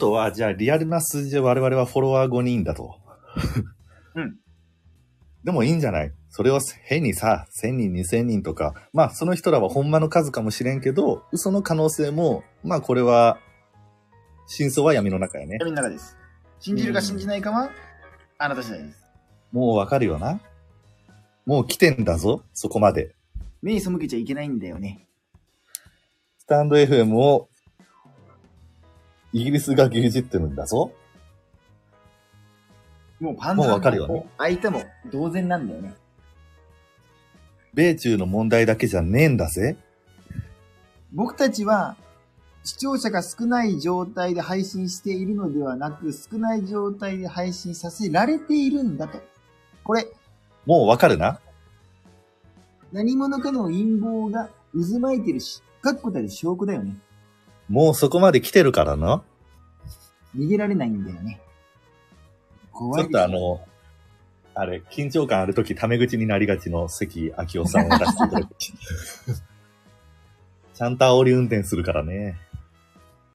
とは、じゃあリアルな数字で我々はフォロワー5人だと。 うん。 でもいいんじゃない？それを変にさ、1000人、2000人とか、まあその人らはほんまの数かもしれんけど、嘘の可能性も、まあこれは、真相は闇の中やね。 闇の中です。信じるか信じないかは、あなた次第です。 もうわかるよな。もう来てんだぞ、そこまで。 目に背けちゃいけないんだよね。 スタンド FM を、イギリスが牛耳ってるんだぞ。 もうパンもうダわかるよねも相手も同然なんだよね。 米中の問題だけじゃねえんだぜ。 僕たちは、視聴者が少ない状態で配信しているのではなく、少ない状態で配信させられているんだと。これ、 もうわかるな。 何者かの陰謀が渦巻いてるし、確固たる証拠だよね。 もうそこまで来てるからな。 逃げられないんだよね。怖い。 ちょっとあれ、緊張感あるときタメ口になりがちの関明夫さんを出していただき。ちゃんと煽り運転するからね。